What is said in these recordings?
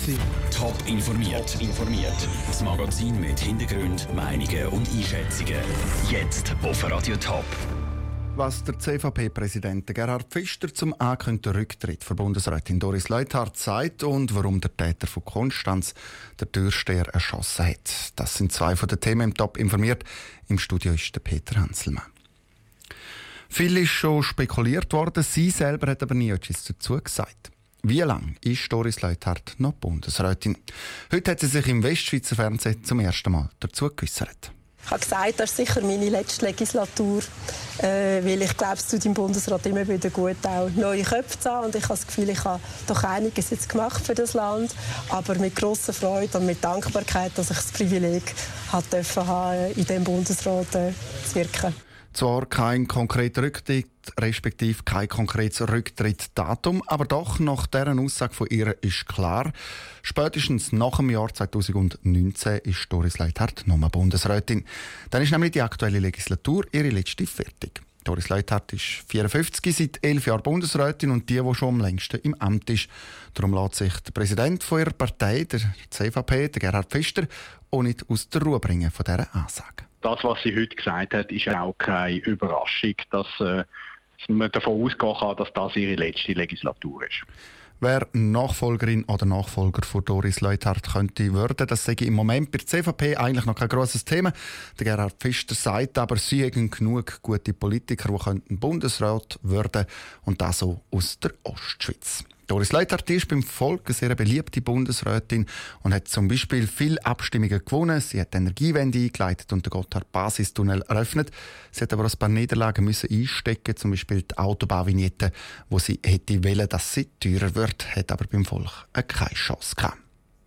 gewesen. Top informiert. Das Magazin mit Hintergrund, Meinungen und Einschätzungen. Jetzt auf Radio Top. Was der CVP-Präsident Gerhard Pfister zum angekündigten Rücktritt von Bundesrätin Doris Leuthard sagt und warum der Täter von Konstanz den Türsteher erschossen hat. Das sind zwei von den Themen im Top informiert. Im Studio ist der Peter Hanselmann. Viel ist schon spekuliert worden, sie selber hat aber nie etwas dazu gesagt. Wie lange ist Doris Leuthard noch Bundesrätin? Heute hat sie sich im Westschweizer Fernsehen zum ersten Mal dazu geäussert. Ich habe gesagt, das ist sicher meine letzte Legislatur, weil ich glaube, es tut im Bundesrat immer wieder gut, auch neue Köpfe zu haben. Und ich habe das Gefühl, ich habe doch einiges jetzt gemacht für das Land, aber mit grosser Freude und mit Dankbarkeit, dass ich das Privileg hatte, in diesem Bundesrat zu wirken. Zwar kein konkreter Rücktritt, respektive kein konkretes Rücktrittdatum, aber doch nach deren Aussage von ihr ist klar, spätestens nach dem Jahr 2019 ist Doris Leuthard nochmal Bundesrätin. Dann ist nämlich die aktuelle Legislatur ihre letzte fertig. Doris Leuthard ist 54, seit 11 Jahren Bundesrätin und die schon am längsten im Amt ist. Darum lässt sich der Präsident von ihrer Partei, der CVP, der Gerhard Pfister, auch nicht aus der Ruhe bringen von dieser Ansage. Das, was sie heute gesagt hat, ist auch keine Überraschung, dass man davon ausgehen kann, dass das ihre letzte Legislatur ist. Wer Nachfolgerin oder Nachfolger von Doris Leuthard könnte werden, das sage ich im Moment bei der CVP eigentlich noch kein grosses Thema. Der Gerhard Pfister sagt aber, sie hätten genug gute Politiker, die Bundesrat werden könnten, und das so aus der Ostschweiz. Doris Leuthard ist beim Volk eine sehr beliebte Bundesrätin und hat zum Beispiel viele Abstimmungen gewonnen. Sie hat die Energiewende eingeleitet und den Gotthard-Basistunnel eröffnet. Sie hat aber ein paar Niederlagen einstecken, zum Beispiel die Autobauvignette, wo sie hätte wollen, dass sie teurer wird, hat aber beim Volk keine Chance gehabt.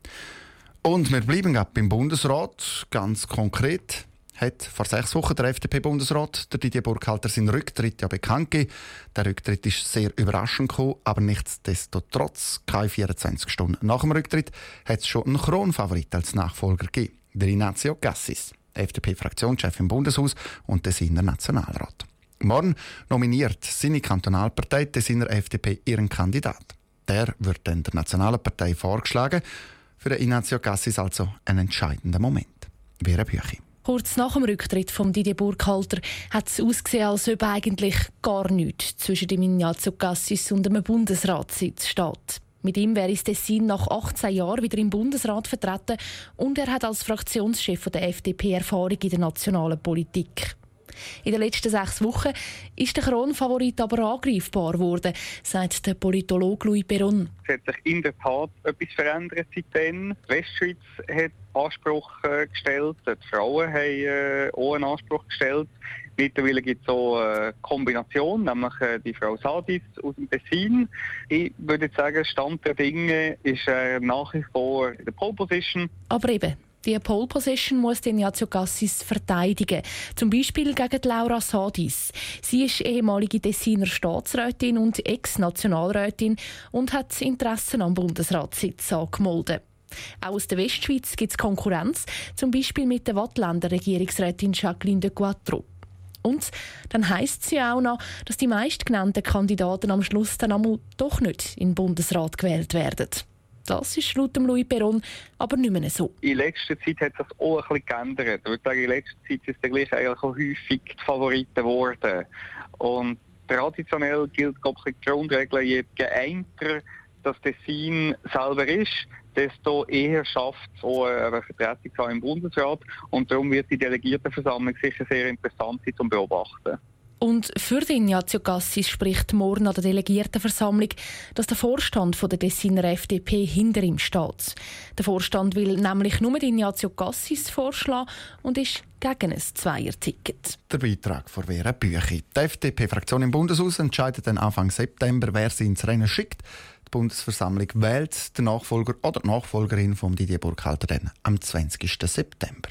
Und wir bleiben gerade beim Bundesrat, ganz konkret. Hat vor 6 Wochen der FDP-Bundesrat, der Didier Burkhalter, seinen Rücktritt bekannt gegeben. Der Rücktritt ist sehr überraschend gekommen, aber nichtsdestotrotz, keine 24 Stunden nach dem Rücktritt, hat es schon einen Kronfavorit als Nachfolger gegeben, der Ignazio Cassis, FDP-Fraktionschef im Bundeshaus und Tessiner Nationalrat. Morgen nominiert seine Kantonalpartei Tessiner FDP ihren Kandidat. Der wird dann der Nationalen Partei vorgeschlagen. Für den Ignazio Cassis also ein entscheidender Moment. Vera Büchi. Kurz nach dem Rücktritt von Didier Burkhalter hat es ausgesehen, als ob eigentlich gar nichts zwischen dem Ignazio Cassis und einem Bundesratssitz steht. Mit ihm wäre das Tessin nach 18 Jahren wieder im Bundesrat vertreten und er hat als Fraktionschef der FDP Erfahrung in der nationalen Politik. In den letzten 6 Wochen ist der Kronfavorit aber angreifbar geworden, sagt der Politologe Louis Perron. Es hat sich in der Tat etwas verändert seitdem. Die Westschweiz hat Anspruch gestellt, die Frauen haben auch einen Anspruch gestellt. Mittlerweile gibt es auch eine Kombination, nämlich die Frau Sadis aus dem Tessin. Ich würde sagen, Stand der Dinge ist nach wie vor in der Pole Position. Aber eben, die Pole Position muss Ignazio Cassis verteidigen. Zum Beispiel gegen Laura Sadis. Sie ist ehemalige Tessiner Staatsrätin und Ex-Nationalrätin und hat Interessen am Bundesratssitz angemeldet. Auch aus der Westschweiz gibt es Konkurrenz, zum Beispiel mit der Wattländer Regierungsrätin Jacqueline de Quattro. Und dann heisst es ja auch noch, dass die meistgenannten Kandidaten am Schluss dann einmal doch nicht in den Bundesrat gewählt werden. Das ist laut Louis Perron aber nicht mehr so. In letzter Zeit hat sich das auch ein bisschen geändert. Ich würde sagen, in letzter Zeit ist es gleich eigentlich auch häufig die Favoriten geworden. Und traditionell gilt, glaube ich, die Grundregel, je geeinter das Tessin selber ist, desto eher schafft es auch eine Vertretung zu haben im Bundesrat. Und darum wird die Delegiertenversammlung sicher sehr interessant sein zum Beobachten. Und für Ignazio Cassis spricht morgen an der Delegiertenversammlung, dass der Vorstand der Tessiner FDP hinter ihm steht. Der Vorstand will nämlich nur Ignazio Cassis vorschlagen und ist gegen ein Zweierticket. Der Beitrag von Vera Büchi. Die FDP-Fraktion im Bundeshaus entscheidet dann Anfang September, wer sie ins Rennen schickt. Die Bundesversammlung wählt den Nachfolger oder die Nachfolgerin von Didier Burkhalter dann am 20. September.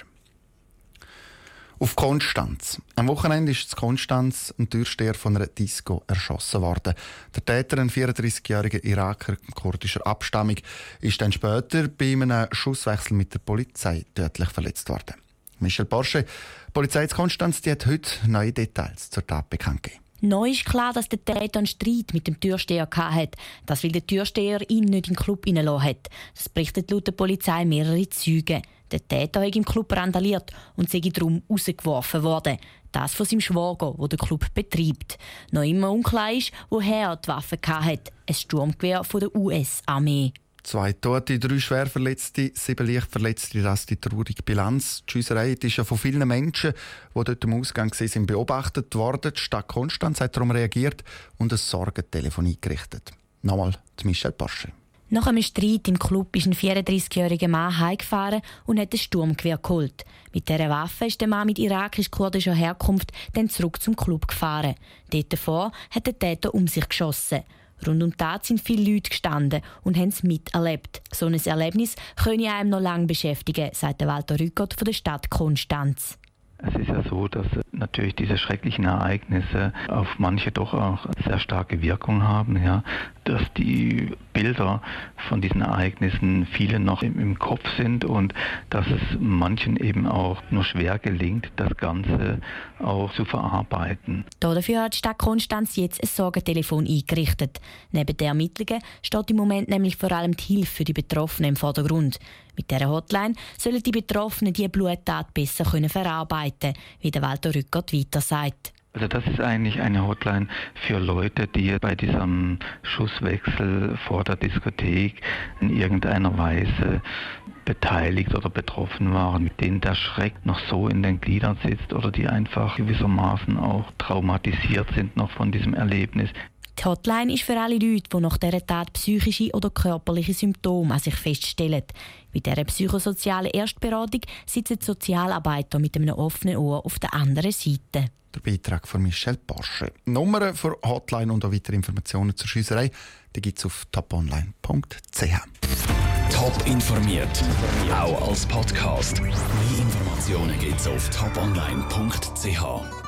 Auf Konstanz. Am Wochenende ist in Konstanz ein Türsteher von einer Disco erschossen worden. Der Täter, ein 34-jähriger Iraker kurdischer Abstammung, ist dann später bei einem Schusswechsel mit der Polizei tödlich verletzt worden. Michel Porsche, die Polizei in Konstanz, die hat heute neue Details zur Tat bekannt gegeben. Neu ist klar, dass der Täter einen Streit mit dem Türsteher hatte. Das, weil der Türsteher ihn nicht in den Club reingelassen hat. Das berichtet laut der Polizei mehrere Zeugen. Der Täter hat im Club randaliert und sei darum rausgeworfen worden. Das von seinem Schwager, der den Club betreibt. Noch immer unklar ist, woher er die Waffe hatte. Ein Sturmgewehr von der US-Armee. 2 Tote, 3 Schwerverletzte, 7 Leichtverletzte, das ist die traurige Bilanz. Die Schiesserei ist ja von vielen Menschen, die dort am Ausgang waren, beobachtet worden. Die Stadt Konstanz hat darum reagiert und ein Sorgentelefon eingerichtet. Nochmal zu Michel Porsche. Nach einem Streit im Club ist ein 34-jähriger Mann heimgefahren und hat ein Sturmgewehr geholt. Mit dieser Waffe ist der Mann mit irakisch-kurdischer Herkunft dann zurück zum Club gefahren. Dort davor hat der Täter um sich geschossen. Rund um die Tat sind viele Leute gestanden und haben es miterlebt. So ein Erlebnis könne einem noch lange beschäftigen, sagt Walter Rückert von der Stadt Konstanz. Es ist ja so, dass natürlich diese schrecklichen Ereignisse auf manche doch auch sehr starke Wirkung haben, ja, dass die Bilder von diesen Ereignissen vielen noch im Kopf sind und dass es manchen eben auch nur schwer gelingt, das Ganze auch zu verarbeiten. Dafür hat die Stadt Konstanz jetzt ein Sorgentelefon eingerichtet. Neben den Ermittlungen steht im Moment nämlich vor allem die Hilfe für die Betroffenen im Vordergrund. Mit dieser Hotline sollen die Betroffenen die Bluttat besser verarbeiten können, wie der Walter Rückert weiter sagt. Also das ist eigentlich eine Hotline für Leute, die bei diesem Schusswechsel vor der Diskothek in irgendeiner Weise beteiligt oder betroffen waren, mit denen der Schreck noch so in den Gliedern sitzt oder die einfach gewissermaßen auch traumatisiert sind noch von diesem Erlebnis. Die Hotline ist für alle Leute, die nach dieser Tat psychische oder körperliche Symptome an sich feststellen. Bei dieser psychosozialen Erstberatung sitzen die Sozialarbeiter mit einem offenen Ohr auf der anderen Seite. Der Beitrag von Michel Porsche. Nummern für Hotline und auch weitere Informationen zur Schiesserei gibt es auf toponline.ch. Top informiert, auch als Podcast. Mehr Informationen gibt es auf toponline.ch.